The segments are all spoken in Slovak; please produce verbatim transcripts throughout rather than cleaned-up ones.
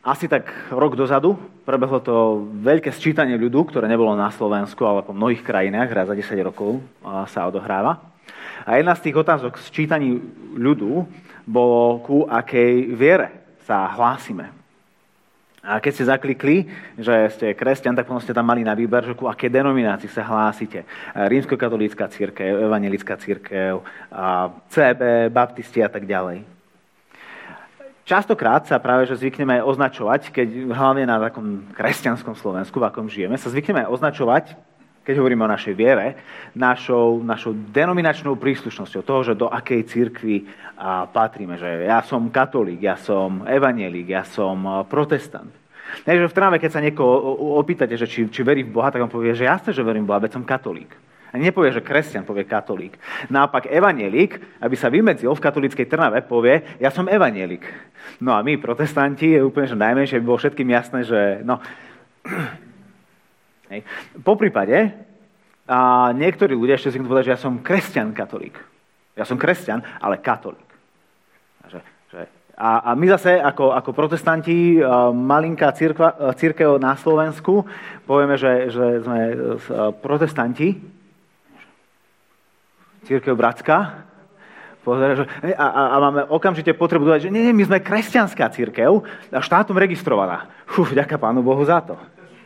Asi tak rok dozadu prebehlo to veľké sčítanie ľudu, ktoré nebolo na Slovensku, ale po mnohých krajinách, raz za desať rokov sa odohráva. A jedna z tých otázok sčítaní ľudu bolo, ku akej viere sa hlásime. A keď ste zaklikli, že ste kresťan, tak potom ste tam mali na výber, že ku akej denominácii sa hlásite. Rímskokatolícka cirkev, evanjelická cirkev, cé bé, baptisti a tak ďalej. Častokrát sa práve, že zvykneme označovať, keď hlavne na takom kresťanskom Slovensku, v akom žijeme, sa zvykneme označovať, keď hovoríme o našej viere, našou, našou denominačnou príslušnosťou toho, že do akej cirkvi patríme. Že ja som katolík, ja som evanjelík, ja som protestant. Takže v tráve, keď sa niekoho opýtate, že či, či verí v Boha, tak on povie, že jasne, že verím v Boha, veď som katolík. A nepovie, že kresťan, povie katolík. Naopak evanjelík, aby sa vymedzil v katolíckej Trnave, povie, ja som evanjelík. No a my, protestanti, je úplne, že najmenšie by bolo všetkým jasné, že no... Hej. Po prípade, a niektorí ľudia ešte si povedať, že ja som kresťan katolík. Ja som kresťan, ale katolík. Že, že, a, a my zase, ako, ako protestanti, malinká cirkva, cirkev na Slovensku, povieme, že, že sme protestanti, cirkev bratská, a, a, a máme okamžite potrebu dodať, že nie, nie, my sme kresťanská cirkev a štátom registrovaná. Fú, vďaka Pánu Bohu za to.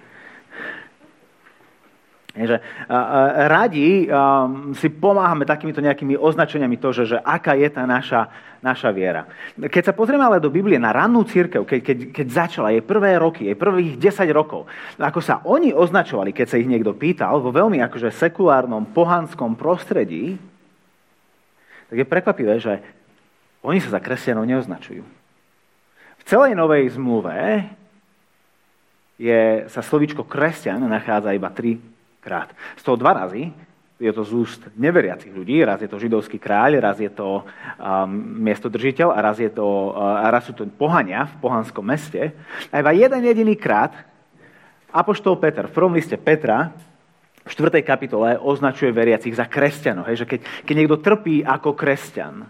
Je, a, a, radi a, si pomáhame takýmito nejakými označeniami to, že, že aká je tá naša, naša viera. Keď sa pozrieme ale do Biblie na rannú cirkev, keď, keď, keď začala jej prvé roky, jej prvých desať rokov, ako sa oni označovali, keď sa ich niekto pýtal, vo veľmi akože sekulárnom, pohanskom prostredí, tak je prekvapivé, že oni sa za kresťanov neoznačujú. V celej Novej zmluve je, sa slovíčko kresťan nachádza iba tri krát. Z toho dva razy je to z úst neveriacich ľudí, raz je to židovský kráľ, raz je to um, miestodržiteľ a raz, je to, uh, raz sú to pohania v pohanskom meste. A iba jeden jediný krát apoštol Peter v prvom liste Petra v štvrtej kapitole označuje veriacich za kresťanov. Hej, že keď, keď niekto trpí ako kresťan.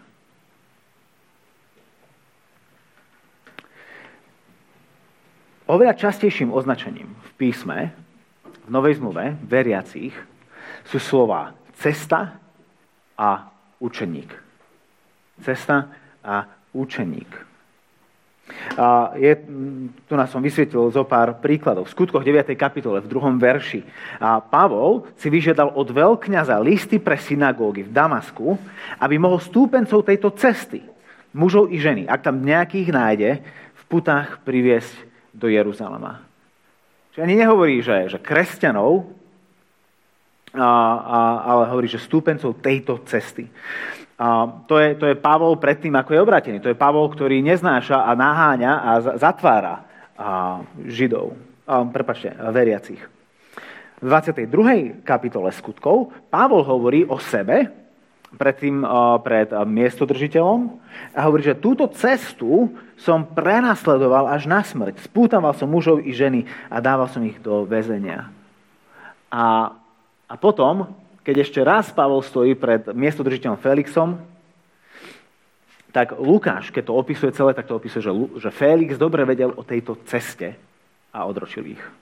Oveľa častejším označením v písme, v Novej zmluve, veriacich, sú slova cesta a učeník. Cesta a učeník. A je, tu nás som vysvetlil zo pár príkladov. V skutkoch deviatej kapitole, v druhom verši. A Pavol si vyžiadal od veľkňaza listy pre synagógy v Damasku, aby mohol stúpencov tejto cesty, mužov i ženy, ak tam nejakých nájde, v putách priviesť do Jeruzalema. Čiže ani nehovorí, že, že kresťanov, a, a, ale hovorí, že stúpencov tejto cesty. A to, je, to je Pavol predtým, ako je obrátený. To je Pavol, ktorý neznáša a naháňa a zatvára a Židov, a, prepáčte, veriacich. V dvadsiatej druhej kapitole skutkov Pavol hovorí o sebe predtým pred miestodržiteľom a hovorí, že túto cestu som prenasledoval až na smrť. Spútaval som mužov i ženy a dával som ich do väzenia. A, a potom, keď ešte raz Pavol stojí pred miestodržiteľom Felixom, tak Lukáš, keď to opisuje celé, tak to opisuje, že, že Felix dobre vedel o tejto ceste a odročil ich.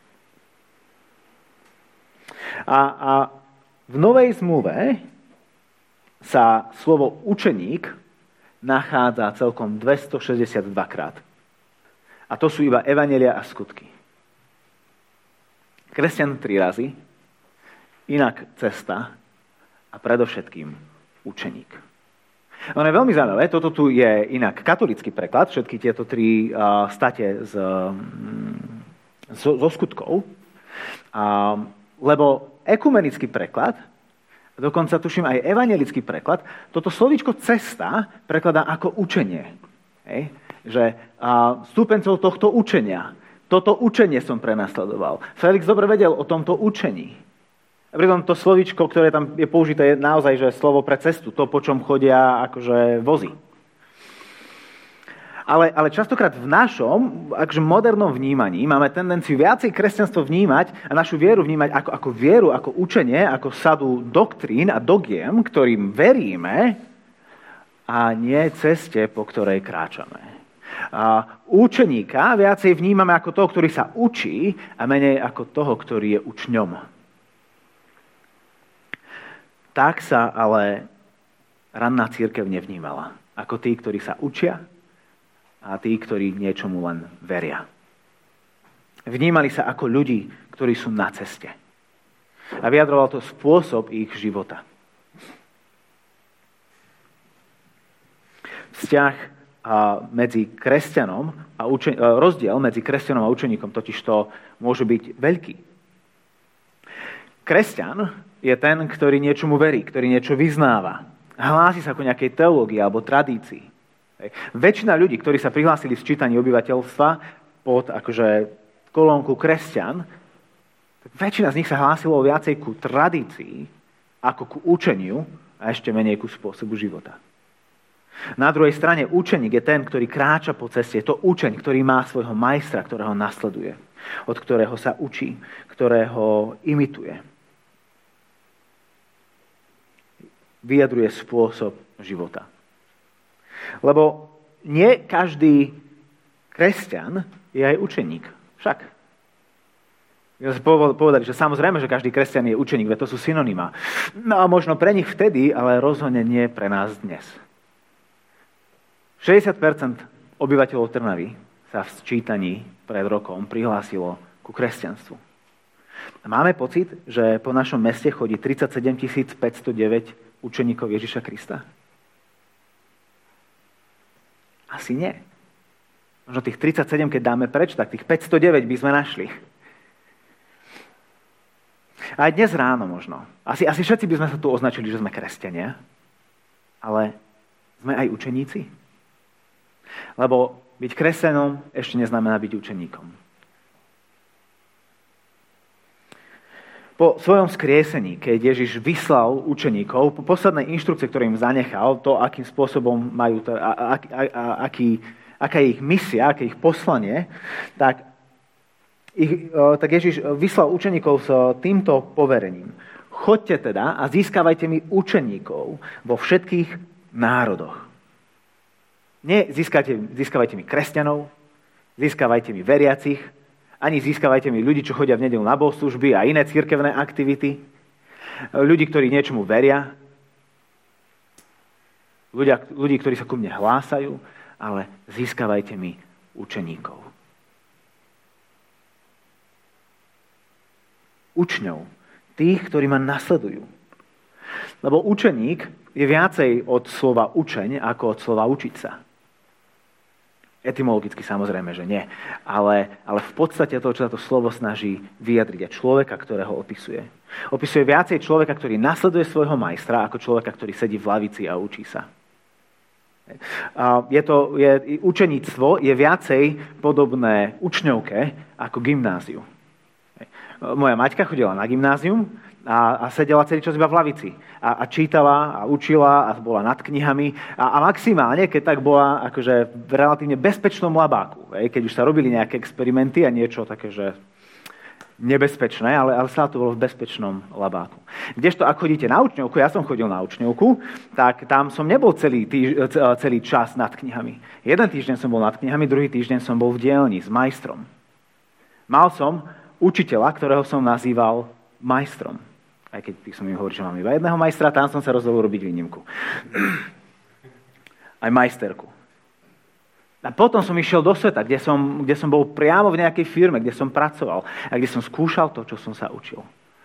A, a v Novej zmluve sa slovo učeník nachádza celkom dvestošesťdesiatdva krát. A to sú iba evanjelia a skutky. Kresťan tri razy, inak cesta a predovšetkým učeník. Ono je veľmi zaujímavé, toto tu je inak katolícky preklad, všetky tieto tri uh, state z, um, zo, zo skutkov, uh, lebo ekumenický preklad, dokonca tuším aj evanjelický preklad, toto slovíčko cesta prekladá ako učenie. Hej? Že uh, stúpencov tohto učenia, toto učenie som prenasledoval. Felix dobre vedel o tomto učení. A pritom to slovíčko, ktoré tam je použité, je naozaj že slovo pre cestu, to, po čom chodia akože vozy. Ale, ale častokrát v našom akože modernom vnímaní máme tendenciu viacej kresťanstvo vnímať a našu vieru vnímať ako, ako vieru, ako učenie, ako sadu doktrín a dogiem, ktorým veríme a nie ceste, po ktorej kráčame. A učeníka viacej vnímame ako toho, ktorý sa učí a menej ako toho, ktorý je učňom. Tak sa ale ranná cirkev nevnímala. Ako tí, ktorí sa učia a tí, ktorí niečomu len veria. Vnímali sa ako ľudí, ktorí sú na ceste. A vyjadroval to spôsob ich života. Vzťah a medzi kresťanom a učen- rozdiel medzi kresťanom a učeníkom totiž to môže byť veľký. Kresťan je ten, ktorý niečomu verí, ktorý niečo vyznáva. Hlási sa ku nejakej teológii alebo tradícii. Väčšina ľudí, ktorí sa prihlásili v sčítaní obyvateľstva pod akože kolónku kresťan, väčšina z nich sa hlásilo viacej ku tradícii ako ku učeniu a ešte menej ku spôsobu života. Na druhej strane učeník je ten, ktorý kráča po ceste. Je to učeň, ktorý má svojho majstra, ktorého nasleduje, od ktorého sa učí, ktorého imituje. Vyjadruje spôsob života. Lebo nie každý kresťan je aj učeník. Však. Ja sa povedali, že samozrejme, že každý kresťan je učeník, veď to sú synonymá. No a možno pre nich vtedy, ale rozhodne nie pre nás dnes. šesťdesiat percent obyvateľov Trnavy sa v sčítaní pred rokom prihlásilo ku kresťanstvu. Máme pocit, že po našom meste chodí tridsaťsedem tisíc päťstodeväť učeníkov Ježiša Krista? Asi nie. Možno tých tridsaťsedem, keď dáme preč, tak tých päťstodeväť by sme našli. Aj dnes ráno možno. Asi, asi všetci by sme sa tu označili, že sme kresťania, ale sme aj učeníci. Lebo byť kresťanom ešte neznamená byť učeníkom. Po svojom skriesení, keď Ježiš vyslal učeníkov, po poslednej inštrukcie, ktorú im zanechal, to, akým spôsobom majú, a, a, a, a, aký, aká je ich misia, aké je ich poslanie, tak, ich, tak Ježiš vyslal učeníkov s týmto poverením. Choďte teda a získavajte mi učeníkov vo všetkých národoch. Nie získajte, získavajte mi kresťanov, získavajte mi veriacich, ani získavajte mi ľudí, čo chodia v nedeľu na bohoslužby a iné cirkevné aktivity, ľudí, ktorí niečomu veria, ľudia, ľudí, ktorí sa ku mne hlásajú, ale získavajte mi učeníkov. Učňov, tých, ktorí ma nasledujú. Lebo učeník je viacej od slova učeň ako od slova učiť sa. Etymologicky samozrejme, že nie. Ale, ale v podstate to, čo sa to slovo snaží vyjadriť, je človeka, ktorého opisuje. Opisuje viacej človeka, ktorý nasleduje svojho majstra, ako človeka, ktorý sedí v lavici a učí sa. Je to, je, učeníctvo je viacej podobné učňovke ako gymnáziu. Moja Maťka chodila na gymnázium a, a sedela celý čas iba v lavici. A, a čítala a učila a bola nad knihami. A, a maximálne, keď tak bola akože v relatívne bezpečnom labáku. Hej, keď už sa robili nejaké experimenty a niečo také, že nebezpečné, ale, ale stále to bolo v bezpečnom labáku. Kdežto, ak chodíte na učňovku, ja som chodil na učňovku, tak tam som nebol celý, týž, celý čas nad knihami. Jeden týždeň som bol nad knihami, druhý týždeň som bol v dielni s majstrom. Mal som učiteľa, ktorého som nazýval majstrom. Aj keď som im hovoril, že mám iba jedného majstra, tam som sa rozhodol robiť výnimku. Aj majsterku. A potom som išiel do sveta, kde som, kde som bol priamo v nejakej firme, kde som pracoval a kde som skúšal to, čo som sa učil.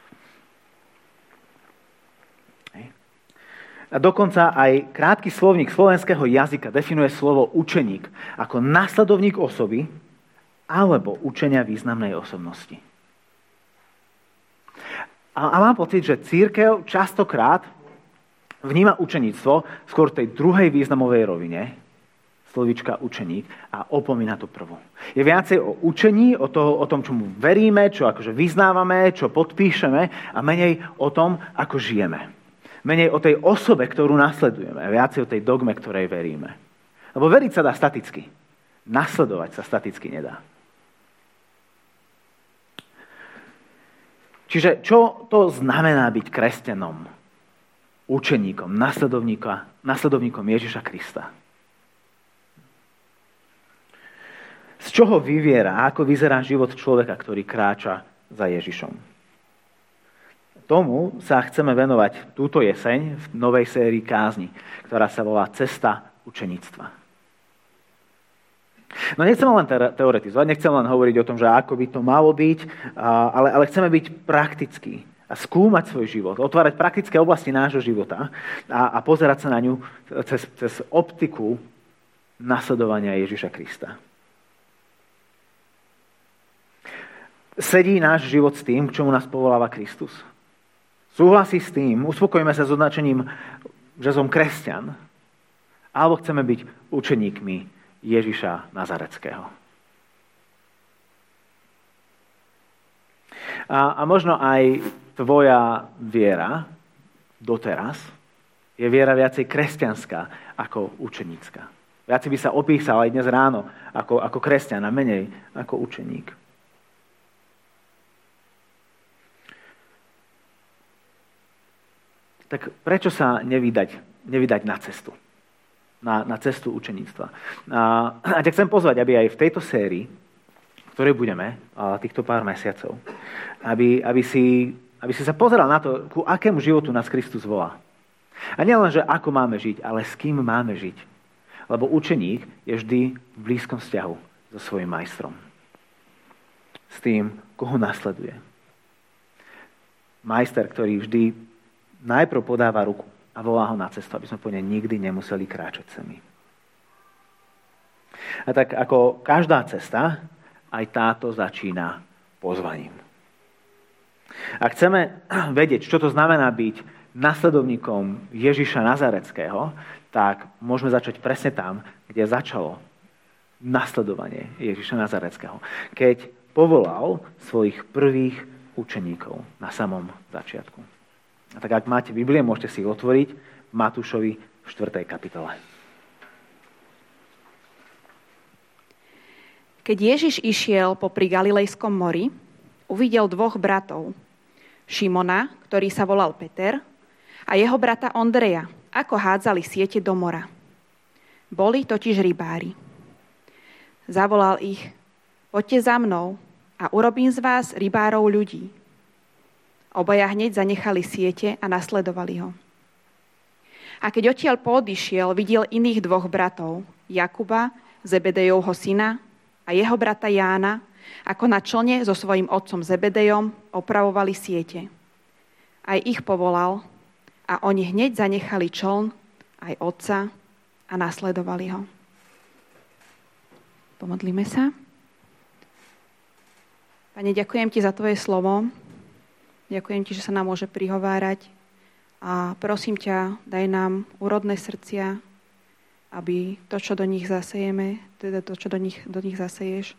A dokonca aj krátky slovník slovenského jazyka definuje slovo učeník ako nasledovník osoby alebo učenia významnej osobnosti. A, a mám pocit, že cirkev častokrát vníma učeníctvo skôr v tej druhej významovej rovine, slovíčka učeník, a opomína tú prvú. Je viacej o učení, o, toho, o tom, čomu veríme, čo akože vyznávame, čo podpíšeme, a menej o tom, ako žijeme. Menej o tej osobe, ktorú nasledujeme, a viacej o tej dogme, ktorej veríme. Lebo veriť sa dá staticky. Nasledovať sa staticky nedá. Čiže čo to znamená byť kresťanom, učeníkom, nasledovníkom, nasledovníkom Ježiša Krista? Z čoho vyviera, ako vyzerá život človeka, ktorý kráča za Ježišom. Tomu sa chceme venovať túto jeseň v novej sérii kázni, ktorá sa volá Cesta učeníctva. No nechcem len teoretizovať, nechcem len hovoriť o tom, že ako by to malo byť, ale, ale chceme byť praktickí a skúmať svoj život, otvárať praktické oblasti nášho života a, a pozerať sa na ňu cez, cez optiku nasledovania Ježiša Krista. Sedí náš život s tým, k čomu nás povoláva Kristus? Súhlasí s tým, uspokojíme sa s označením, že som kresťan, alebo chceme byť učeníkmi Ježiša Nazareckého. A, a možno aj tvoja viera doteraz je viera viacej kresťanská ako učenícka. Viacej by sa opísal aj dnes ráno ako, ako kresťan a menej ako učeník. Tak prečo sa nevydať, nevydať na cestu? Na, na cestu učeníctva. A, a ťa chcem pozvať, aby aj v tejto sérii, v ktorej budeme, týchto pár mesiacov, aby, aby, si, aby si sa pozeral na to, ku akému životu nás Kristus volá. A nielen, že ako máme žiť, ale s kým máme žiť. Lebo učeník je vždy v blízkom vzťahu so svojím majstrom. S tým, koho nasleduje. Majster, ktorý vždy najprv podáva ruku a volá ho na cestu, aby sme po nej nikdy nemuseli kráčať sami. A tak ako každá cesta, aj táto začína pozvaním. Ak chceme vedieť, čo to znamená byť nasledovníkom Ježiša Nazareckého, tak môžeme začať presne tam, kde začalo nasledovanie Ježiša Nazareckého. Keď povolal svojich prvých učeníkov na samom začiatku. A tak ak máte Biblie, môžete si ich otvoriť v Matúšovi v štvrtej kapitole. Keď Ježiš išiel popri Galilejskom mori, uvidel dvoch bratov. Šimona, ktorý sa volal Peter, a jeho brata Ondreja, ako hádzali siete do mora. Boli totiž rybári. Zavolal ich: Poďte za mnou a urobím z vás rybárov ľudí. Obaja hneď zanechali siete a nasledovali ho. A keď odtiaľ poodišiel, videl iných dvoch bratov, Jakuba, Zebedejovho syna, a jeho brata Jána, ako na člne so svojím otcom Zebedejom opravovali siete. Aj ich povolal a oni hneď zanechali čln, aj otca, a nasledovali ho. Pomodlíme sa. Pane, ďakujem ti za tvoje slovo. Ďakujem ti, že sa nám môže prihovárať a prosím ťa, daj nám úrodné srdcia, aby to, čo do nich zasejeme, teda to, čo do nich, do nich zaseješ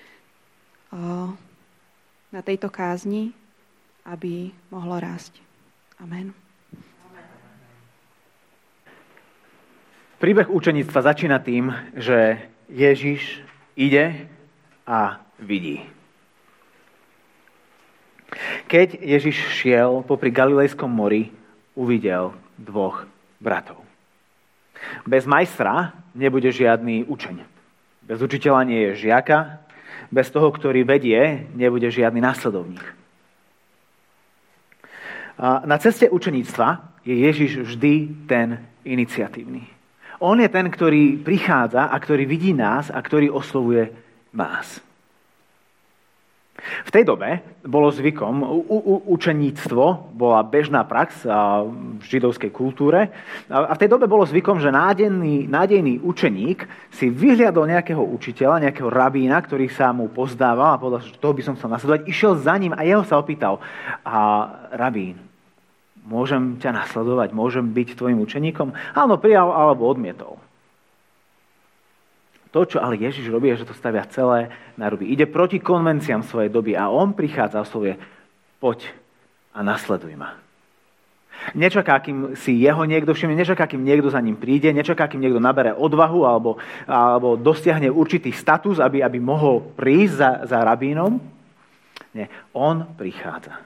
na tejto kázni, aby mohlo rásť. Amen. Príbeh učeníctva začína tým, že Ježiš ide a vidí. Keď Ježiš šiel popri Galilejskom mori, uvidel dvoch bratov. Bez majstra nebude žiadny učeň. Bez učiteľa nie je žiaka, bez toho, ktorý vedie, nebude žiadny následovník. A na ceste učeníctva je Ježiš vždy ten iniciatívny. On je ten, ktorý prichádza a ktorý vidí nás a ktorý oslovuje nás. V tej dobe bolo zvykom, u, u, učeníctvo bola bežná prax v židovskej kultúre a v tej dobe bolo zvykom, že nádejný, nádejný učeník si vyhliadol nejakého učiteľa, nejakého rabína, ktorý sa mu pozdával a povedal, že toho by som chcel nasledovať, išiel za ním a jeho sa opýtal: a rabín, môžem ťa nasledovať, môžem byť tvojim učeníkom? Áno, prijal alebo odmietol. To, čo ale Ježiš robí, je, že to stavia celé na ruby. Ide proti konvenciám svojej doby a on prichádza a oslovuje: poď a nasleduj ma. Nečaká, kým si jeho niekto všimne, nečaká, kým niekto za ním príde, nečaká, kým niekto nabere odvahu alebo, alebo dosiahne určitý status, aby, aby mohol prísť za, za rabínom. Nie, on prichádza.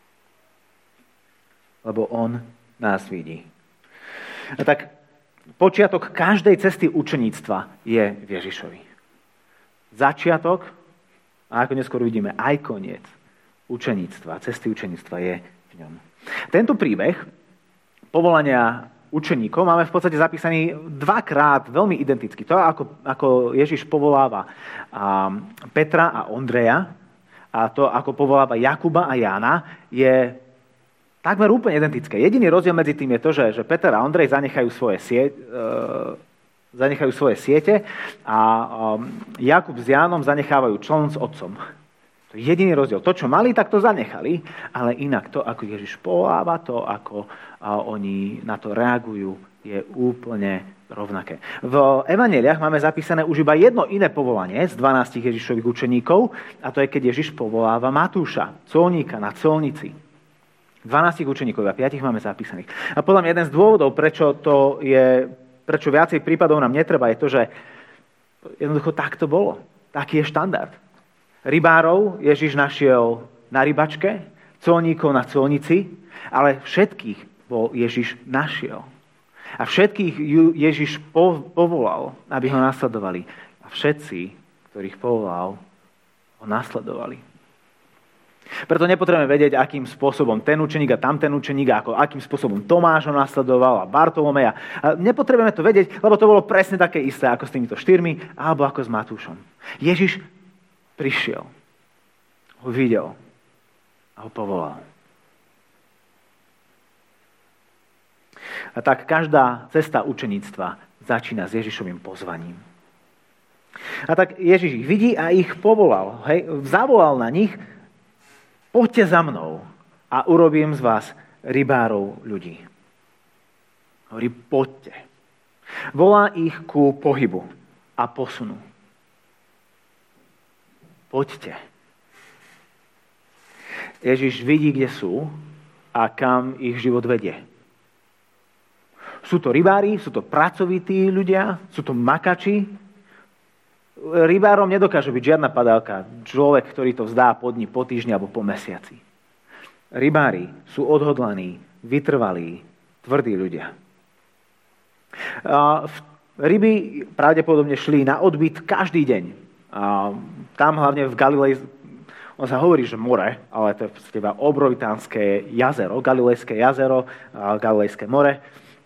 Lebo on nás vidí. A tak počiatok každej cesty učeníctva je v Ježišovi. začiatok a ako neskôr vidíme aj koniec učeníctva, cesty učeníctva je v ňom. Tento príbeh povolania učeníkov máme v podstate zapísaný dvakrát veľmi identicky. To, ako, ako Ježiš povoláva Petra a Ondreja a to, ako povoláva Jakuba a Jána, je takmer úplne identické. Jediný rozdiel medzi tým je to, že, že Peter a Ondrej zanechajú svoje, sie, uh, zanechajú svoje siete a um, Jakub s Jánom zanechávajú čln s otcom. To je jediný rozdiel. To, čo mali, tak to zanechali, ale inak to, ako Ježiš povoláva, to, ako uh, oni na to reagujú, je úplne rovnaké. V evanjeliách máme zapísané už iba jedno iné povolanie z dvanástich Ježišových učeníkov, a to je, keď Ježiš povoláva Matúša, colníka na colnici. dvanástich učeníkov a piatich máme zapísaných. A podľa mňa jeden z dôvodov, prečo to je, prečo viacej prípadov nám netreba, je to, že jednoducho tak to bolo. Taký je štandard. Rybárov Ježiš našiel na rybačke, colníkov na colnici, ale všetkých bol Ježiš našiel. A všetkých Ježiš povolal, aby ho nasledovali. A všetci, ktorých povolal, ho nasledovali. Preto nepotrebujeme vedieť, akým spôsobom ten učeník a tamten učeník, ako, akým spôsobom Tomáš ho nasledoval a Bartolomeja. A nepotrebujeme to vedieť, lebo to bolo presne také isté ako s týmito štyrmi, alebo ako s Matúšom. Ježiš prišiel, ho videl a ho povolal. A tak každá cesta učeníctva začína s Ježišovým pozvaním. A tak Ježiš ich vidí a ich povolal. Hej, zavolal na nich: poďte za mnou a urobím z vás rybárov ľudí. Hovorí, poďte. Volá ich ku pohybu a posunu. Poďte. Ježiš vidí, kde sú a kam ich život vedie. Sú to rybári, sú to pracovití ľudia, sú to makači. Rybárom nedokáže byť žiadna padálka. Človek, ktorý to vzdá po dni, po týždni alebo po mesiaci. Rybári sú odhodlaní, vytrvalí, tvrdí ľudia. Ryby pravdepodobne šli na odbyt každý deň. A tam hlavne v Galilei, on sa hovorí, že more, ale to je v podstate iba obrovitánske jazero, Galilejské jazero, Galilejské more.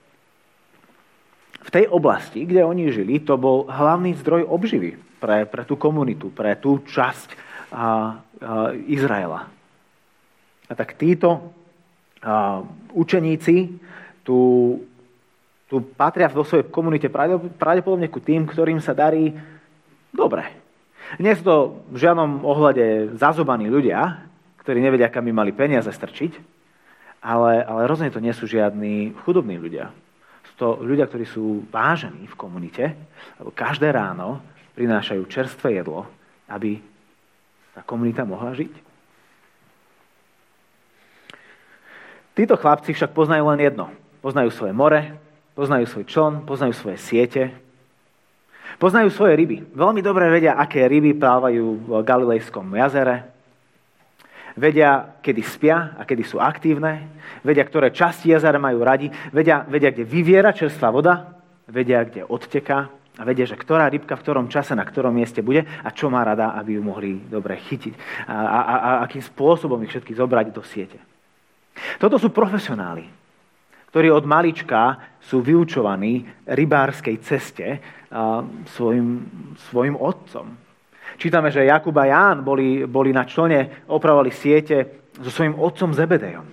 V tej oblasti, kde oni žili, to bol hlavný zdroj obživy pre, pre tú komunitu, pre tú časť a, a, Izraela. A tak títo a, učeníci tu, tu patria vo svojej komunite pravdepodobne ku tým, ktorým sa darí dobre. Nie sú to v žiadnom ohľade zazobaní ľudia, ktorí nevedia, kam by mali peniaze strčiť, ale, ale rozhodne to nie sú žiadni chudobní ľudia. Sú to ľudia, ktorí sú vážení v komunite, lebo každé ráno prinášajú čerstvé jedlo, aby tá komunita mohla žiť. Títo chlapci však poznajú len jedno. Poznajú svoje more, poznajú svoj čln, poznajú svoje siete, poznajú svoje ryby. Veľmi dobre vedia, aké ryby plávajú v Galilejskom jazere. Vedia, kedy spia a kedy sú aktívne. Vedia, ktoré časti jazera majú radi. Vedia, vedia, kde vyviera čerstvá voda. Vedia, kde odteká. A vedia, že ktorá rybka v ktorom čase, na ktorom mieste bude a čo má rada, aby ju mohli dobre chytiť. A, a, a, a akým spôsobom ich všetky zobrať do siete. Toto sú profesionáli, ktorí od malička sú vyučovaní rybárskej ceste svojim, svojim otcom. Čítame, že Jakub a Ján boli, boli na člne, opravovali siete so svojím otcom Zebedejom.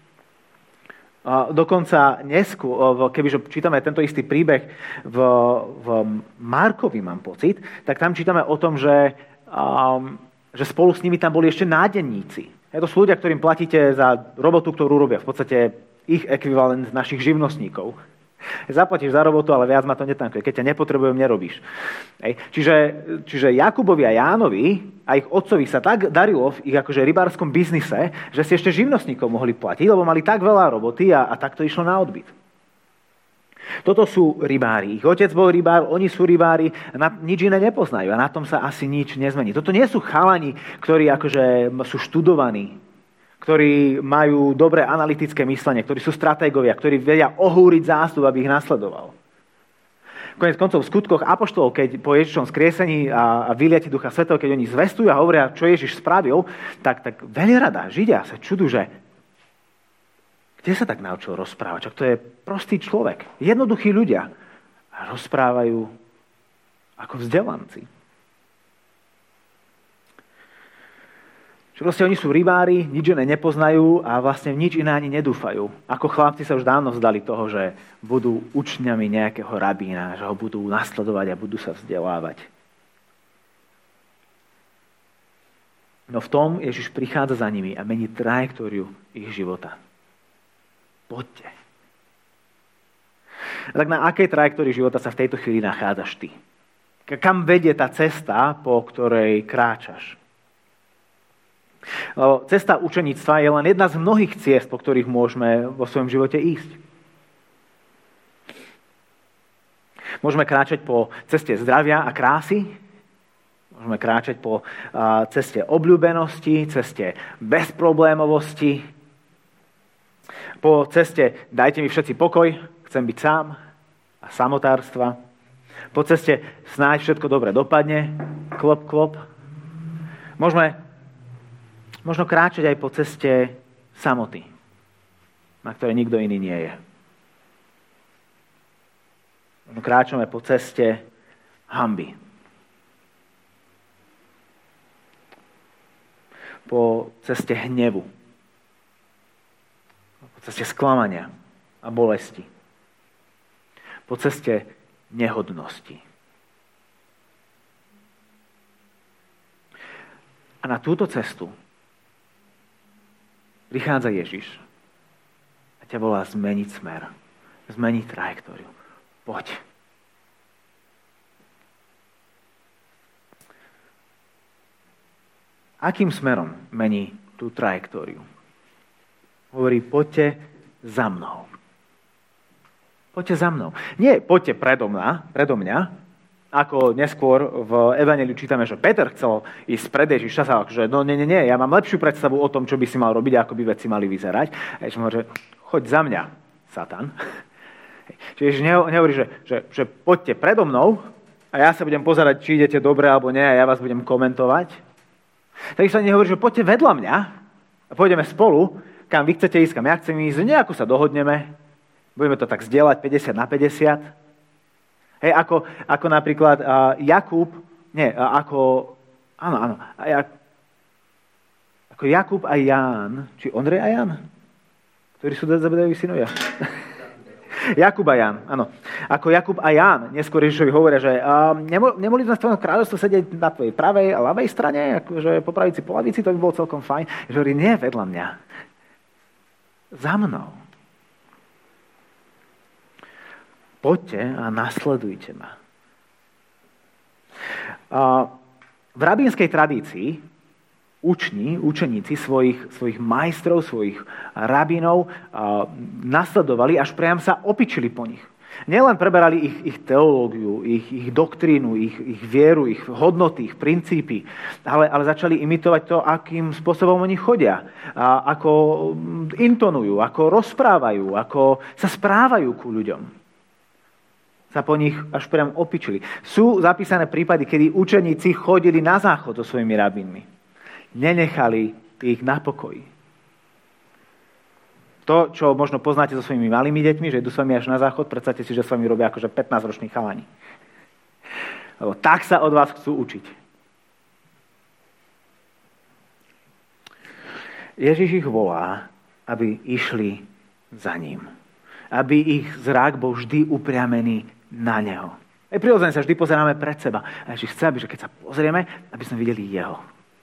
A dokonca neskôr, kebyže čítame tento istý príbeh v, v Markovi, mám pocit, tak tam čítame o tom, že, um, že spolu s nimi tam boli ešte nádenníci. To sú ľudia, ktorým platíte za robotu, ktorú robia. V podstate ich ekvivalent našich živnostníkov. Zaplatíš za robotu, ale viac ma to netankuje. Keď ťa nepotrebujem, nerobíš. Hej. Čiže, čiže Jakubovi a Jánovi a ich otcovi sa tak darilo v ich akože rybárskom biznise, že si ešte živnostníkov mohli platiť, lebo mali tak veľa roboty a, a tak to išlo na odbyt. Toto sú rybári. Ich otec bol rybár, oni sú rybári, na, nič iné nepoznajú a na tom sa asi nič nezmení. Toto nie sú chalani, ktorí akože sú študovaní, ktorí majú dobré analytické myslenie, ktorí sú stratégovia, ktorí vedia ohúriť zástup, aby ich nasledoval. Koniec koncov v skutkoch apoštolov, keď po Ježišovom skriesení a, a vyliati Ducha Svätého, keď oni zvestujú a hovoria, čo Ježiš spravil, tak, tak veľrada Židia sa čudujú, že kde sa tak naučil rozprávať? Čak to je prostý človek, jednoduchí ľudia a rozprávajú ako vzdelanci. Že proste oni sú rybári, nič iné nepoznajú a vlastne v nič iné ani nedúfajú. Ako chlapci sa už dávno vzdali toho, že budú učňami nejakého rabína, že ho budú nasledovať a budú sa vzdelávať. No v tom Ježiš prichádza za nimi a mení trajektóriu ich života. Poďte. A tak na akej trajektórii života sa v tejto chvíli nachádzaš ty? Kam vedie tá cesta, po ktorej kráčaš? Cesta učeníctva je len jedna z mnohých ciest, po ktorých môžeme vo svojom živote ísť. Môžeme kráčať po ceste zdravia a krásy, môžeme kráčať po ceste obľúbenosti, ceste bezproblémovosti, po ceste dajte mi všetci pokoj, chcem byť sám a samotárstva, po ceste snáď všetko dobre dopadne, klop, klop. Môžeme Možno kráčať aj po ceste samoty, na ktorej nikto iný nie je. Možno kráčame po ceste hanby. Po ceste hnevu. Po ceste sklamania a bolesti. Po ceste nehodnosti. A na túto cestu prichádza Ježiš a ťa volá zmeniť smer, zmeniť trajektóriu. Poď. Akým smerom mení tú trajektóriu? Hovorí, poďte za mnou. Poďte za mnou. Nie, poďte predo mňa, predo mňa, ako neskôr v Evanjeliu čítame, že Peter chcel ísť pred Ježiša, sa že no nie, nie, nie, ja mám lepšiu predstavu o tom, čo by si mal robiť, ako by veci mali vyzerať. A Ježiš mu hovorí, že choď za mňa, Satan. Čiže Ježiš nehovorí, že, že, že poďte predo mnou a ja sa budem pozerať, či idete dobre alebo nie a ja vás budem komentovať. Tak sa nehovorí, že poďte vedľa mňa a pôjdeme spolu, kam vy chcete ísť, kam ja chcem ísť, nejako sa dohodneme, budeme to tak zdieľať päťdesiat na päťdesiat. Hej, ako, ako napríklad uh, Jakub, nie, uh, ako, áno, áno, Jak, ako Jakub a Ján, či Ondrej a Ján, ktorí sú Zebedajovi synovia. Jakub a Ján, áno. Ako Jakub a Ján, neskôr Ježišovi hovoria, že uh, nemohli sme v tvojom kráľovstve sedieť na tvojej pravej a ľavej strane, akože po pravici, po lavici, to by bolo celkom fajn. Že hovorí, nie vedľa mňa, za mnou. Poďte a nasledujte ma. V rabínskej tradícii učni, učeníci svojich, svojich majstrov, svojich rabínov nasledovali, až priam sa opičili po nich. Nielen preberali ich, ich teológiu, ich, ich doktrínu, ich, ich vieru, ich hodnoty, ich princípy, ale, ale začali imitovať to, akým spôsobom oni chodia, a ako intonujú, ako rozprávajú, ako sa správajú ku ľuďom. Sa po nich až priam opičili. Sú zapísané prípady, kedy učeníci chodili na záchod so svojimi rabínmi. Nenechali ich na pokoji. To, čo možno poznáte so svojimi malými deťmi, že idú s vami až na záchod, predstavte si, že s vami robia akože pätnásťroční chalani. Lebo tak sa od vás chcú učiť. Ježiš ich volá, aby išli za ním. Aby ich zrak bol vždy upriamený na neho. Aj prirodzene sa vždy pozeráme pred seba. A Ježiš chce, aby, že keď sa pozrieme, aby sme videli jeho.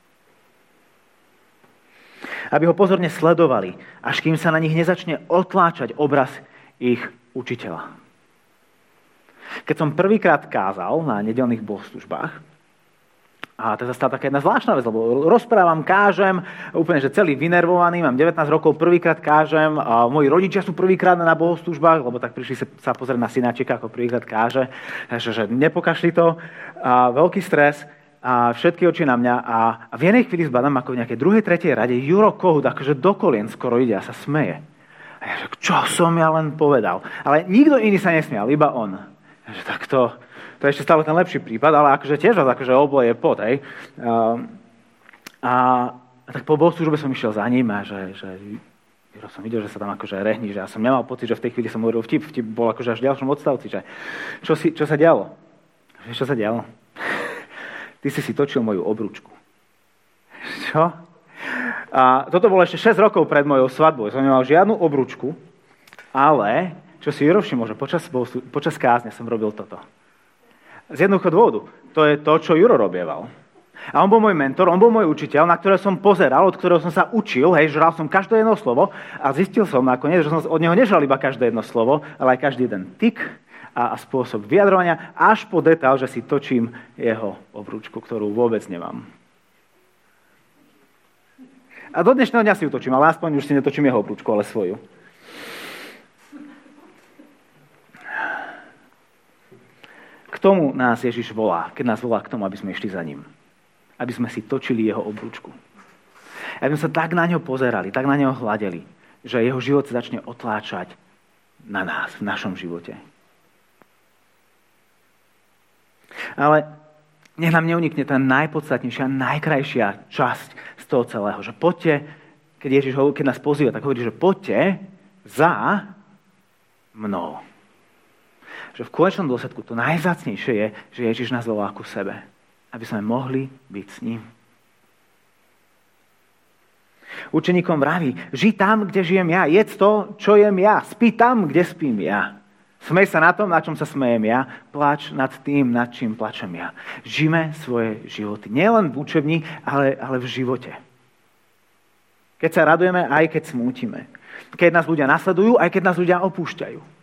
Aby ho pozorne sledovali, až kým sa na nich nezačne otláčať obraz ich učiteľa. Keď som prvýkrát kázal na nedeľných bohoslužbách, a to sa stala taká jedna zvláštna vec, lebo rozprávam, kážem, úplne, že celý vynervovaný, mám devätnásť rokov, prvýkrát kážem, a moji rodičia sú prvýkrát na bohoslúžbách, lebo tak prišli sa pozrieť na synáčika, ako prvýkrát káže, takže že nepokašli to, a veľký stres, a všetky oči na mňa, a, a v jednej chvíli zbadám, ako v nejakej druhej, tretej rade, Juro Kohut, akože do kolien skoro ide a sa smeje. A ja, že čo som ja len povedal? Ale nikto iný sa nesmial, iba on. Že tak to, to je ešte stále ten lepší prípad, ale akože tiež vás akože obleje pot, hej. A, a, a tak po bohoslužbe som išiel za ním a že, že som videl, že sa tam akože rehní, že ja som nemal pocit, že v tej chvíli som hovoril vtip, vtip bol akože až v ďalšom odstavci, že čo, si, čo sa dialo? Vieš, čo sa dialo? Ty si si točil moju obrúčku. Čo? A toto bolo ešte šesť rokov pred mojou svadbou. Som nemal žiadnu obrúčku, ale čo si Juro všimol, že počas, počas kázne som robil toto. Z jednoduchého dôvodu. To je to, čo Juro robieval. A on bol môj mentor, on bol môj učiteľ, na ktorého som pozeral, od ktorého som sa učil, hej, žral som každé jedno slovo a zistil som nakoniec, že som od neho nežral iba každé jedno slovo, ale aj každý jeden tik a, a spôsob vyjadrovania, až po detail, že si točím jeho obrúčku, ktorú vôbec nemám. A do dnešného dňa si ju točím, ale aspoň už si netočím jeho obrúčku, ale svoju. K tomu nás Ježiš volá, keď nás volá k tomu, aby sme išli za ním. Aby sme si točili jeho obrúčku. Aby sme sa tak na ňo pozerali, tak na ňo hľadeli, že jeho život sa začne otláčať na nás, v našom živote. Ale nech nám neunikne tá najpodstatnejšia, najkrajšia časť z toho celého. Že poďte, keď Ježiš keď nás pozýva, tak hovorí, že poďte za mnou. Že v konečnom dôsledku to najvzácnejšie je, že Ježiš nás volá ku sebe. Aby sme mohli byť s ním. Učeníkom vraví, žij tam, kde žijem ja. Jedz to, čo jem ja. Spí tam, kde spím ja. Smej sa na tom, na čom sa smejem ja. Plač nad tým, nad čím plačem ja. Žijme svoje životy. Nie len v učebni, ale, ale v živote. Keď sa radujeme, aj keď smútime. Keď nás ľudia nasledujú, aj keď nás ľudia opúšťajú.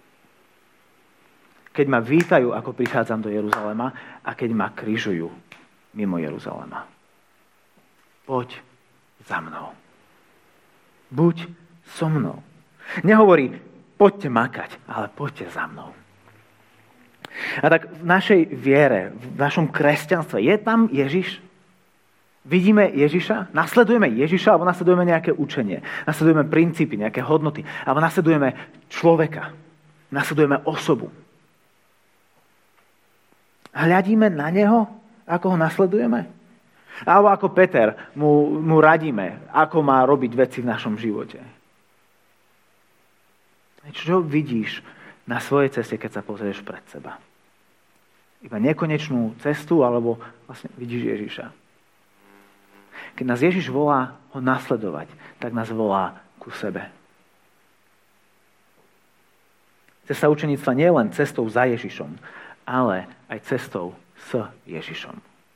Keď ma vítajú, ako prichádzam do Jeruzalema a keď ma križujú mimo Jeruzalema. Poď za mnou. Buď so mnou. Nehovorí, poďte makať, ale poďte za mnou. A tak v našej viere, v našom kresťanstve, je tam Ježiš? Vidíme Ježiša? Nasledujeme Ježiša, alebo nasledujeme nejaké učenie? Nasledujeme princípy, nejaké hodnoty? Alebo nasledujeme človeka? Nasledujeme osobu? Hľadíme na neho, ako ho nasledujeme? Alebo ako Peter mu, mu radíme, ako má robiť veci v našom živote? Čo vidíš na svojej ceste, keď sa pozrieš pred seba? Iba nekonečnú cestu, alebo vlastne vidíš Ježiša? Keď nás Ježiš volá ho nasledovať, tak nás volá ku sebe. Cesta učeníctva nie je len cestou za Ježišom, ale aj cestou s Ježišom.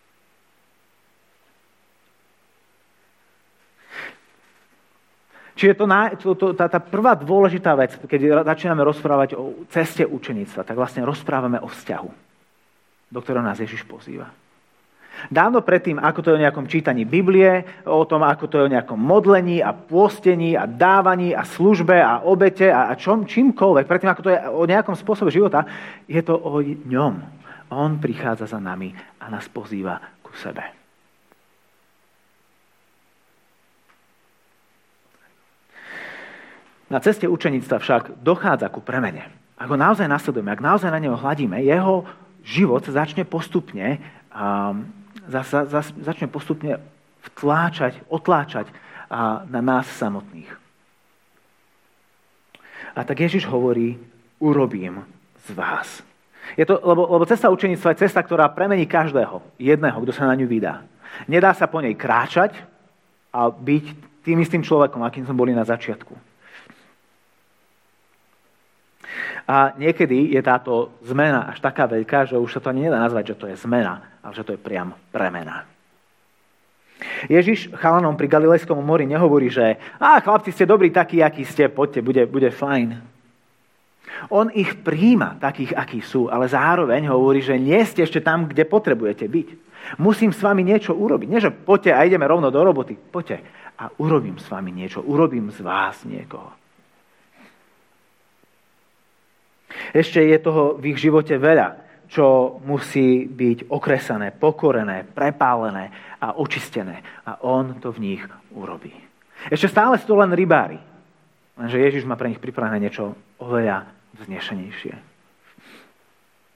Čiže to, to, to, tá, tá prvá dôležitá vec, keď začíname rozprávať o ceste učeníctva, tak vlastne rozprávame o vzťahu, do ktorého nás Ježiš pozýva. Dávno predtým, ako to je o nejakom čítaní Biblie, o tom, ako to je o nejakom modlení a pôstení a dávaní a službe a obete a, a čom, čímkoľvek, predtým, ako to je o nejakom spôsobe života, je to o ňom. On prichádza za nami a nás pozýva ku sebe. Na ceste učeníctva však dochádza ku premene. Ak ho naozaj nasledujeme, ak naozaj na neho hľadíme, jeho život začne postupne um, Zasa, zas, začne postupne vtláčať, otláčať a, na nás samotných. A tak Ježiš hovorí, urobím z vás. Je to, lebo, lebo cesta učeníctva je cesta, ktorá premení každého, jedného, kto sa na ňu vydá. Nedá sa po nej kráčať a byť tým istým človekom, akým sme boli na začiatku. A niekedy je táto zmena až taká veľká, že už sa to ani nedá nazvať, že to je zmena, ale že to je priam premena. Ježiš chalanom pri Galilejskom mori nehovorí, že á, chlapci, ste dobrí takí, akí ste, poďte, bude, bude fajn. On ich prijíma takých, akí sú, ale zároveň hovorí, že nie ste ešte tam, kde potrebujete byť. Musím s vami niečo urobiť. Nie, že poďte a ideme rovno do roboty. Poďte a urobím s vami niečo. Urobím z vás niekoho. Ešte je toho v ich živote veľa, čo musí byť okresané, pokorené, prepálené a očistené. A on to v nich urobí. Ešte stále sú to len rybári. Lenže Ježiš má pre nich pripravené niečo oveľa vznešenejšie.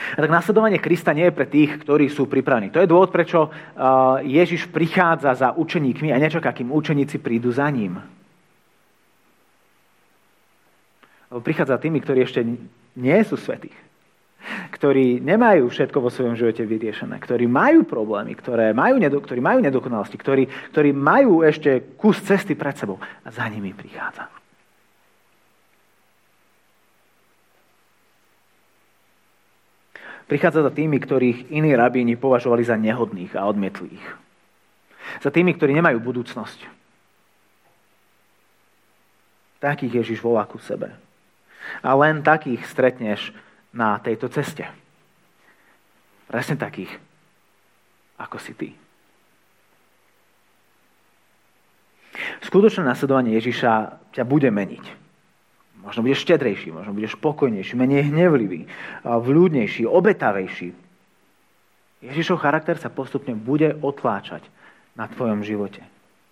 A tak nasledovanie Krista nie je pre tých, ktorí sú pripravení. To je dôvod, prečo Ježiš prichádza za učeníkmi a nečaká, kým učeníci prídu za ním. Lebo prichádza tými, ktorí ešte nie sú svätí, ktorí nemajú všetko vo svojom živote vyriešené, ktorí majú problémy, ktoré majú, ktorí majú nedokonalosti, ktorí, ktorí majú ešte kus cesty pred sebou a za nimi prichádza. Prichádza za tými, ktorých iní rabíni považovali za nehodných a odmietli ich. Za tými, ktorí nemajú budúcnosť. Takých Ježiš volá ku sebe. A len takých stretneš na tejto ceste. Presne takých, ako si ty. Skutočné nasledovanie Ježiša ťa bude meniť. Možno budeš štedrejší, možno budeš spokojnejší, menej hnevlivý, vľúdnejší, obetavejší. Ježišov charakter sa postupne bude otláčať na tvojom živote.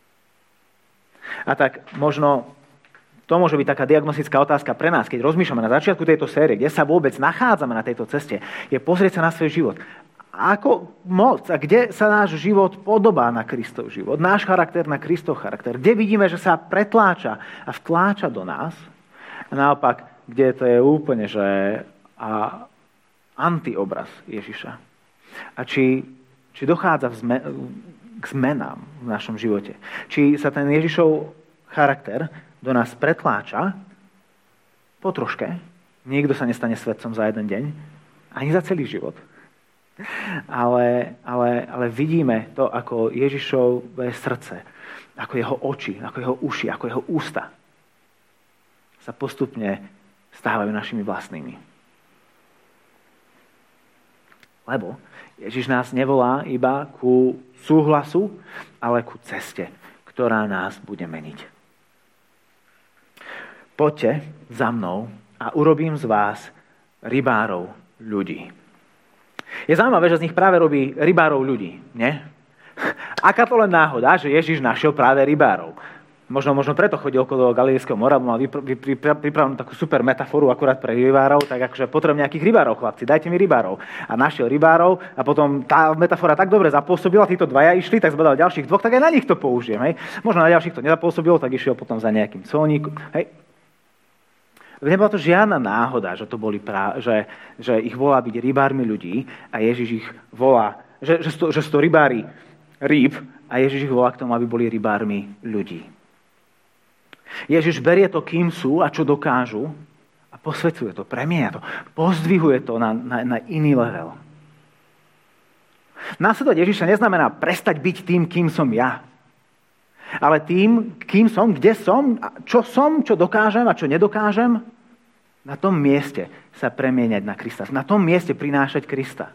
A tak možno to môže byť taká diagnostická otázka pre nás, keď rozmýšľame na začiatku tejto série, kde sa vôbec nachádzame na tejto ceste, je pozrieť sa na svoj život. Ako moc a kde sa náš život podobá na Kristov život, náš charakter na Kristov charakter, kde vidíme, že sa pretláča a vtláča do nás, a naopak, kde to je úplne, že a antiobraz Ježiša. A či, či dochádza v zme, k zmenám v našom živote. Či sa ten Ježišov charakter do nás pretláča po troške. Nikto sa nestane svedcom za jeden deň, ani za celý život. Ale, ale, ale vidíme to, ako Ježišové srdce, ako jeho oči, ako jeho uši, ako jeho ústa sa postupne stávajú našimi vlastnými. Lebo Ježiš nás nevolá iba ku súhlasu, ale ku ceste, ktorá nás bude meniť. Poďte za mnou a urobím z vás rybárov ľudí. Je zaujímavé, že z nich práve robí rybárov ľudí, nie? Aká to len náhoda, že Ježiš našiel práve rybárov. Možno, možno preto chodil okolo Galilejského mora, mal pripravenú takú super metaforu akurát pre rybárov, tak akože potrebujem nejakých rybárov, chlapci, dajte mi rybárov. A našiel rybárov a potom tá metafora tak dobre zapôsobila, títo dvaja išli, tak zbadal ďalších dvoch, tak aj na nich to použijem. Hej. Možno na ďalších to nezapôsobilo, tak išiel potom za nejakým colníkom. Hej. Nebola to žiadna náhoda, že, to boli prá- že, že ich volá byť rybármi ľudí a Ježiš ich volá, že, že, sto, že sú to rybári rýb a Ježiš ich volá k tomu, aby boli rybármi ľudí. Ježiš berie to, kým sú a čo dokážu a posvecuje to, premieňa to, pozdvihuje to na, na, na iný level. Nasledovať Ježiša neznamená prestať byť tým, kým som ja. Ale tým, kým som, kde som, čo som, čo dokážem a čo nedokážem, na tom mieste sa premieňať na Krista. Na tom mieste prinášať Krista.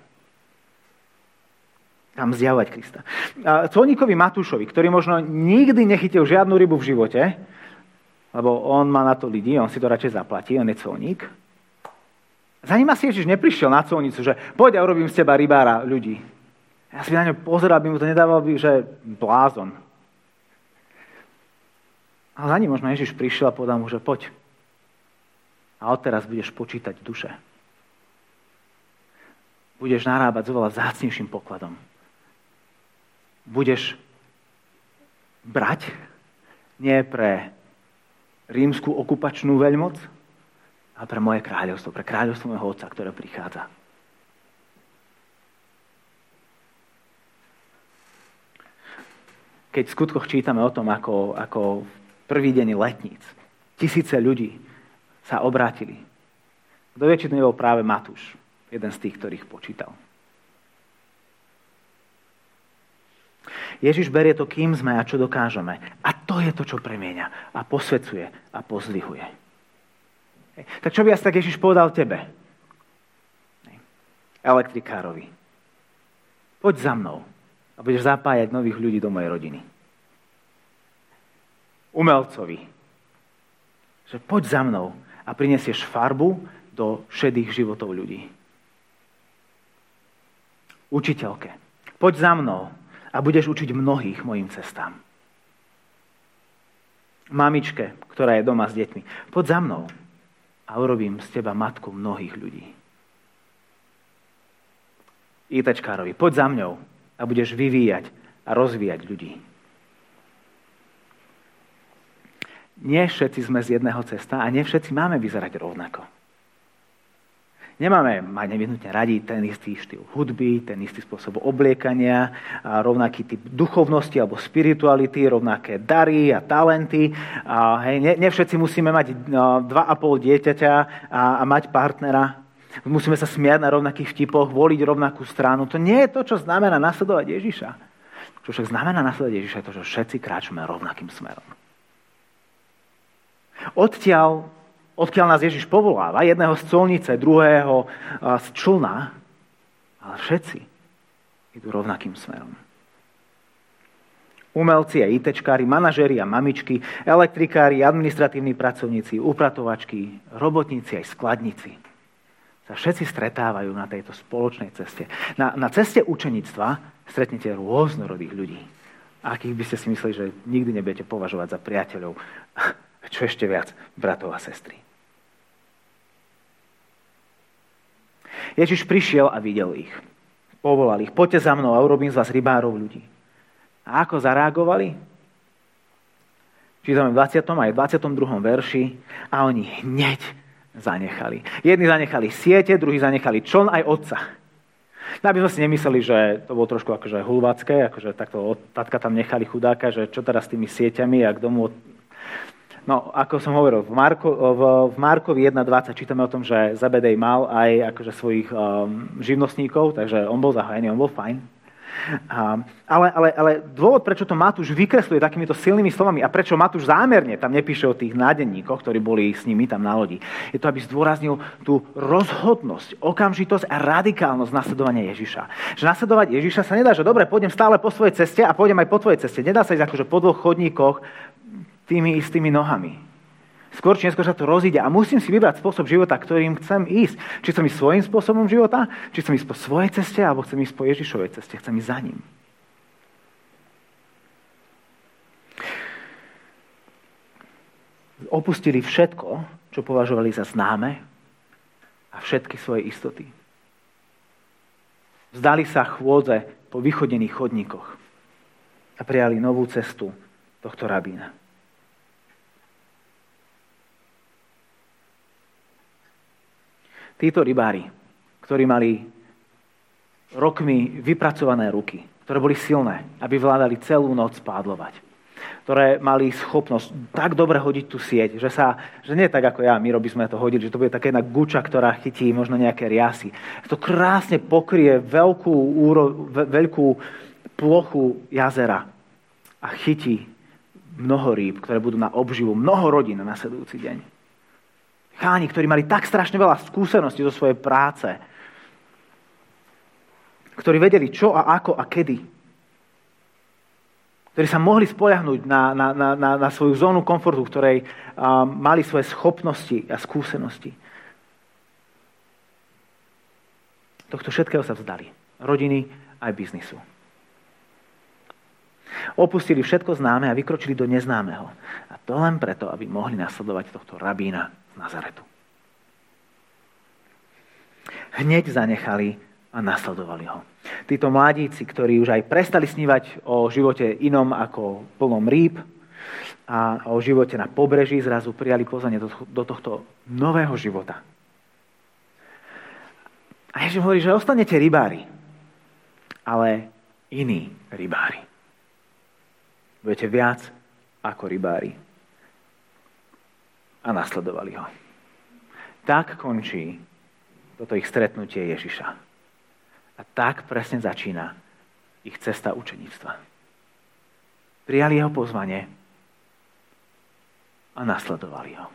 Tam zjavovať Krista. Colníkovi Matúšovi, ktorý možno nikdy nechytil žiadnu rybu v živote, lebo on má na to ľudí, on si to radšej zaplatí, on je colník. Za ním asi Ježiš neprišiel na colnicu, že poď a urobím z teba rybára ľudí. Ja si na ňo pozeral, aby mu to nedával, že blázon. Ale za ním možno Ježiš prišiel a povedal mu, že poď. A odteraz budeš počítať duše. Budeš narábať s oveľa vzácnejším pokladom. Budeš brať nie pre rímsku okupačnú veľmoc, ale pre moje kráľovstvo, pre kráľovstvo môjho otca, ktoré prichádza. Keď v skutkoch čítame o tom, ako, ako prvý deň letníc, tisíce ľudí sa obrátili. Kto vie, či to nebol práve Matúš, jeden z tých, ktorých počítal. Ježiš berie to, kým sme a čo dokážeme. A to je to, čo premieňa a posvecuje a pozdvihuje. Tak čo by asi tak Ježiš povedal tebe? Elektrikárovi. Poď za mnou a budeš zapájať nových ľudí do mojej rodiny. Umelcovi. Že poď za mnou a prinesieš farbu do šedých životov ľudí. Učiteľke. Poď za mnou a budeš učiť mnohých mojim cestám. Mamičke, ktorá je doma s deťmi, poď za mnou a urobím z teba matku mnohých ľudí. ITčkárovi, poď za mňou a budeš vyvíjať a rozvíjať ľudí. Nie všetci sme z jedného cesta a nie všetci máme vyzerať rovnako. Nemáme mať nevyhnutne radi ten istý štýl hudby, ten istý spôsob obliekania, a rovnaký typ duchovnosti alebo spirituality, rovnaké dary a talenty. A hej, ne, ne všetci musíme mať no, dva a pol dieťaťa a, a mať partnera. Musíme sa smiať na rovnakých vtipoch, voliť rovnakú stranu. To nie je to, čo znamená nasledovať Ježiša. Čo však znamená nasledovať Ježiša, je to, že všetci kráčame rovnakým smerom. Odtiaľ, odkiaľ nás Ježiš povoláva, jedného z colnice, druhého z člna, ale všetci idú rovnakým smerom. Umelci a ITčkári, manažéri a mamičky, elektrikári, administratívni pracovníci, upratovačky, robotníci aj skladníci sa všetci stretávajú na tejto spoločnej ceste. Na, na ceste učeníctva stretnete rôznorodých ľudí, akých by ste si mysleli, že nikdy nebudete považovať za priateľov. Čo ešte viac, bratov a sestry. Ježiš prišiel a videl ich. Povolal ich, poďte za mnou a urobím z vás rybárov ľudí. A ako zareagovali? Čítame v dvadsiatom aj dvadsiatom druhom verši a oni hneď zanechali. Jedni zanechali siete, druhí zanechali čln aj otca. No, aby sme si nemysleli, že to bolo trošku akože hulvácké, akože takto tatka tam nechali chudáka, že čo teraz s tými sieťami a k domu. No, ako som hovoril, v, Marko, v, v Markovi jedna dvadsať čítame o tom, že Zebedej mal aj akože svojich um, živnostníkov, takže on bol zahojený, on bol fajn. Um, ale, ale, ale dôvod, prečo to Matúš vykresluje takýmito silnými slovami a prečo Matúš zámerne tam nepíše o tých nádenníkoch, ktorí boli s nimi tam na lodi, je to, aby zdôraznil tú rozhodnosť, okamžitosť a radikálnosť nasledovania Ježiša. Že nasledovať Ježiša sa nedá, že dobre, pôjdem stále po svojej ceste a pôjdem aj po tvojej ceste. Nedá sa ísť akože po dvoch chodníkoch tými istými nohami. Skôr či neskôr sa to rozíde a musím si vybrať spôsob života, ktorým chcem ísť. Či chcem ísť svojím spôsobom života, či chcem ísť po svojej ceste, alebo chcem ísť po Ježišovej ceste, chcem ísť za ním. Opustili všetko, čo považovali za známe a všetky svoje istoty. Vzdali sa chôdze po vychodených chodníkoch a prijali novú cestu tohto rabína. Títo rybári, ktorí mali rokmi vypracované ruky, ktoré boli silné, aby vládali celú noc pádlovať, ktoré mali schopnosť tak dobre hodiť tú sieť, že, sa, že nie tak ako ja, my by sme to hodili, že to bude taká jedna guča, ktorá chytí možno nejaké riasy. To krásne pokrie veľkú, úro, veľkú plochu jazera a chytí mnoho rýb, ktoré budú na obživu mnoho rodín na nasledujúci deň. Cháni, ktorí mali tak strašne veľa skúseností zo svojej práce, ktorí vedeli čo a ako a kedy, ktorí sa mohli spoľahnúť na, na, na, na, na svoju zónu komfortu, ktorej um, mali svoje schopnosti a skúsenosti. Tohto všetkého sa vzdali. Rodiny aj biznisu. Opustili všetko známe a vykročili do neznámeho. A to len preto, aby mohli nasledovať tohto rabína z Nazaretu. Hneď zanechali a nasledovali ho. Títo mladíci, ktorí už aj prestali snívať o živote inom ako plnom rýb a o živote na pobreží, zrazu prijali pozvanie do, do tohto nového života. A Ježiš hovorí, že ostanete rybári, ale iní rybári. Budete viac ako rybári. A nasledovali ho. Tak končí toto ich stretnutie Ježiša. A tak presne začína ich cesta učeníctva. Prijali jeho pozvanie a nasledovali ho.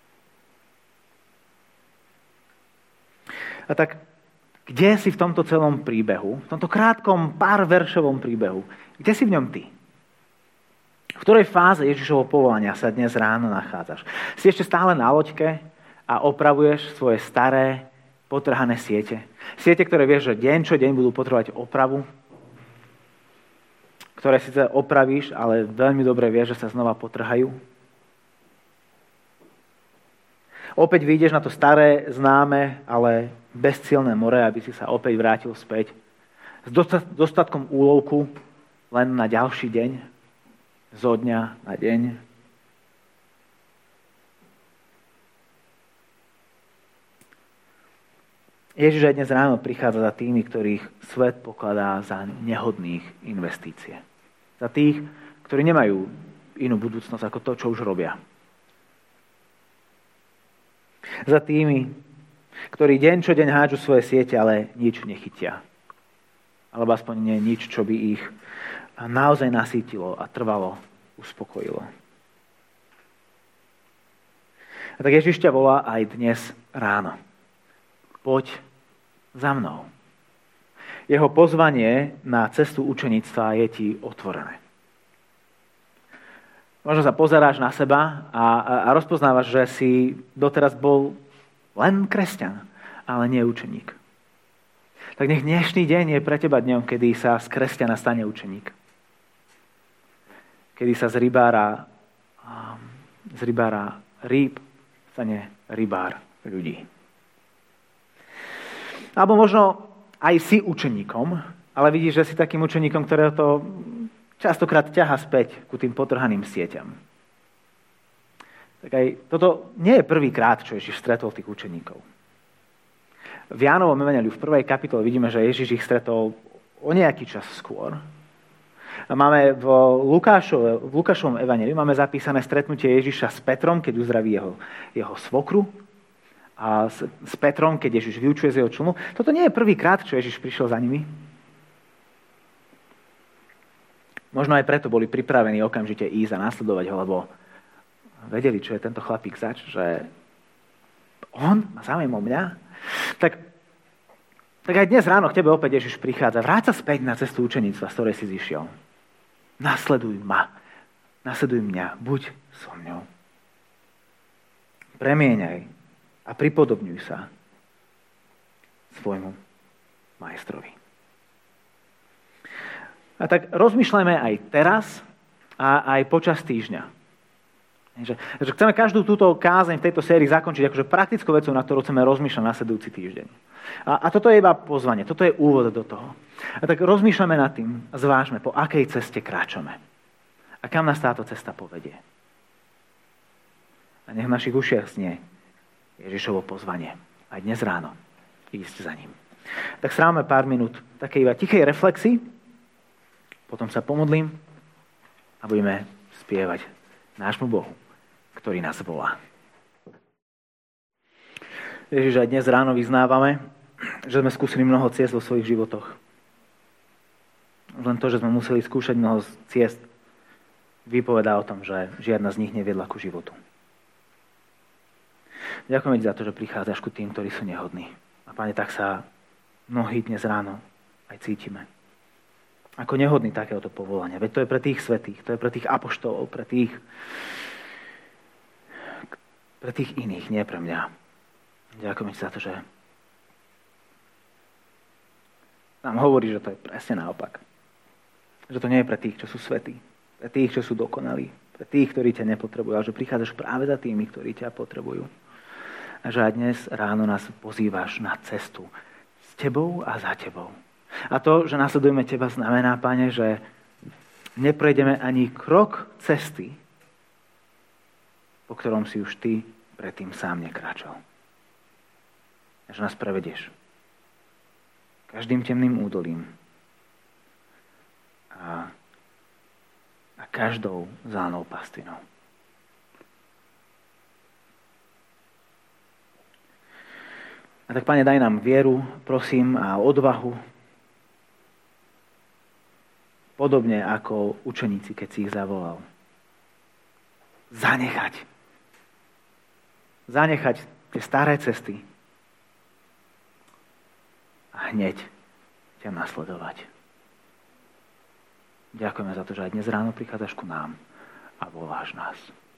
A tak, kde si v tomto celom príbehu, v tomto krátkom pár veršovom príbehu, kde si v ňom ty? V ktorej fáze Ježišovho povolania sa dnes ráno nachádzaš? Si ešte stále na loďke a opravuješ svoje staré, potrhané siete? Siete, ktoré vieš, že deň čo deň budú potrebovať opravu? Ktoré síce opravíš, ale veľmi dobre vieš, že sa znova potrhajú? Opäť vyjdeš na to staré, známe, ale bezcielne more, aby si sa opäť vrátil späť s dostatkom úlovku len na ďalší deň, zo dňa na deň. Ježiš aj dnes ráno prichádza za tými, ktorých svet pokladá za nehodných investície. Za tých, ktorí nemajú inú budúcnosť ako to, čo už robia. Za tými, ktorí deň čo deň hádžu svoje siete, ale nič nechytia. Alebo aspoň nie nič, čo by ich naozaj nasýtilo a trvalo uspokojilo. A tak Ježiš ťa volá aj dnes ráno. Poď za mnou. Jeho pozvanie na cestu učeníctva je ti otvorené. Možno sa pozeráš na seba a, a, a rozpoznávaš, že si doteraz bol len kresťan, ale nie učeník. Tak nech dnešný deň je pre teba dňom, kedy sa z kresťana stane učeník. Kedy sa z rybára, z rybára rýb stane rybár ľudí. Alebo možno aj si učeníkom, ale vidíš, že si takým učeníkom, ktorého to častokrát ťaha späť ku tým potrhaným sieťam. Tak aj toto nie je prvýkrát, čo Ježiš stretol tých učeníkov. V Jánovom evanjeliu v prvej kapitole vidíme, že Ježiš ich stretol o nejaký čas skôr. A máme v, Lukášove, v Lukášovom evanjeliu máme zapísané stretnutie Ježiša s Petrom, keď uzdraví jeho, jeho svokru. A s, s Petrom, keď Ježiš vyučuje z jeho člnu. Toto nie je prvýkrát, čo Ježiš prišiel za nimi. Možno aj preto boli pripravení okamžite ísť a nasledovať ho, lebo vedeli, čo je tento chlapík zač, že on ma zaujímal mňa. Tak, tak aj dnes ráno k tebe opäť Ježiš prichádza. Vráť sa späť na cestu učeníctva, z ktorej si zišiel. Nasleduj ma. Nasleduj mňa. Buď so mňou. Premieňaj a pripodobňuj sa svojmu majstrovi. A tak rozmýšľajme aj teraz a aj počas týždňa. Že, že chceme každú túto kázeň v tejto sérii zakončiť akože praktickou vecou, na ktorú chceme rozmýšľať nasledujúci týždeň. A, a toto je iba pozvanie, toto je úvod do toho. A tak rozmýšľame nad tým a zvážme, po akej ceste kráčame. A kam nás táto cesta povedie. A nech v našich ušiach znie Ježišovo pozvanie. Aj dnes ráno ísť za ním. Tak strávame pár minút takej iba tichej reflexii, potom sa pomodlím a budeme spievať nášmu Bohu, ktorý nás volá. Ježiš, aj dnes ráno vyznávame, že sme skúsili mnoho ciest vo svojich životoch. Len to, že sme museli skúšať mnoho ciest, vypovedá o tom, že žiadna z nich neviedla ku životu. Ďakujem ti za to, že prichádzaš ku tým, ktorí sú nehodní. A Pane, tak sa mnohí dnes ráno aj cítime. Ako nehodný takéhoto povolania. Veď to je pre tých svätých, to je pre tých apoštolov, pre tých, pre tých iných, nie pre mňa. Ďakujem ti za to, že nám hovorí, že to je presne naopak. Že to nie je pre tých, čo sú svätí, pre tých, čo sú dokonalí, pre tých, ktorí ťa nepotrebujú, ale že prichádzaš práve za tými, ktorí ťa potrebujú. A že aj dnes ráno nás pozývaš na cestu s tebou a za tebou. A to, že nasledujeme teba, znamená, Pane, že neprejdeme ani krok cesty, po ktorom si už ty predtým sám nekráčal. A že nás prevedieš každým temným údolím a, a každou zelenou pastinou. A tak, Pane, daj nám vieru, prosím, a odvahu, podobne ako učeníci, keď si ich zavolal. Zanechať. Zanechať tie staré cesty a hneď ťa nasledovať. Ďakujeme za to, že aj dnes ráno prichádzaš ku nám a voláš nás.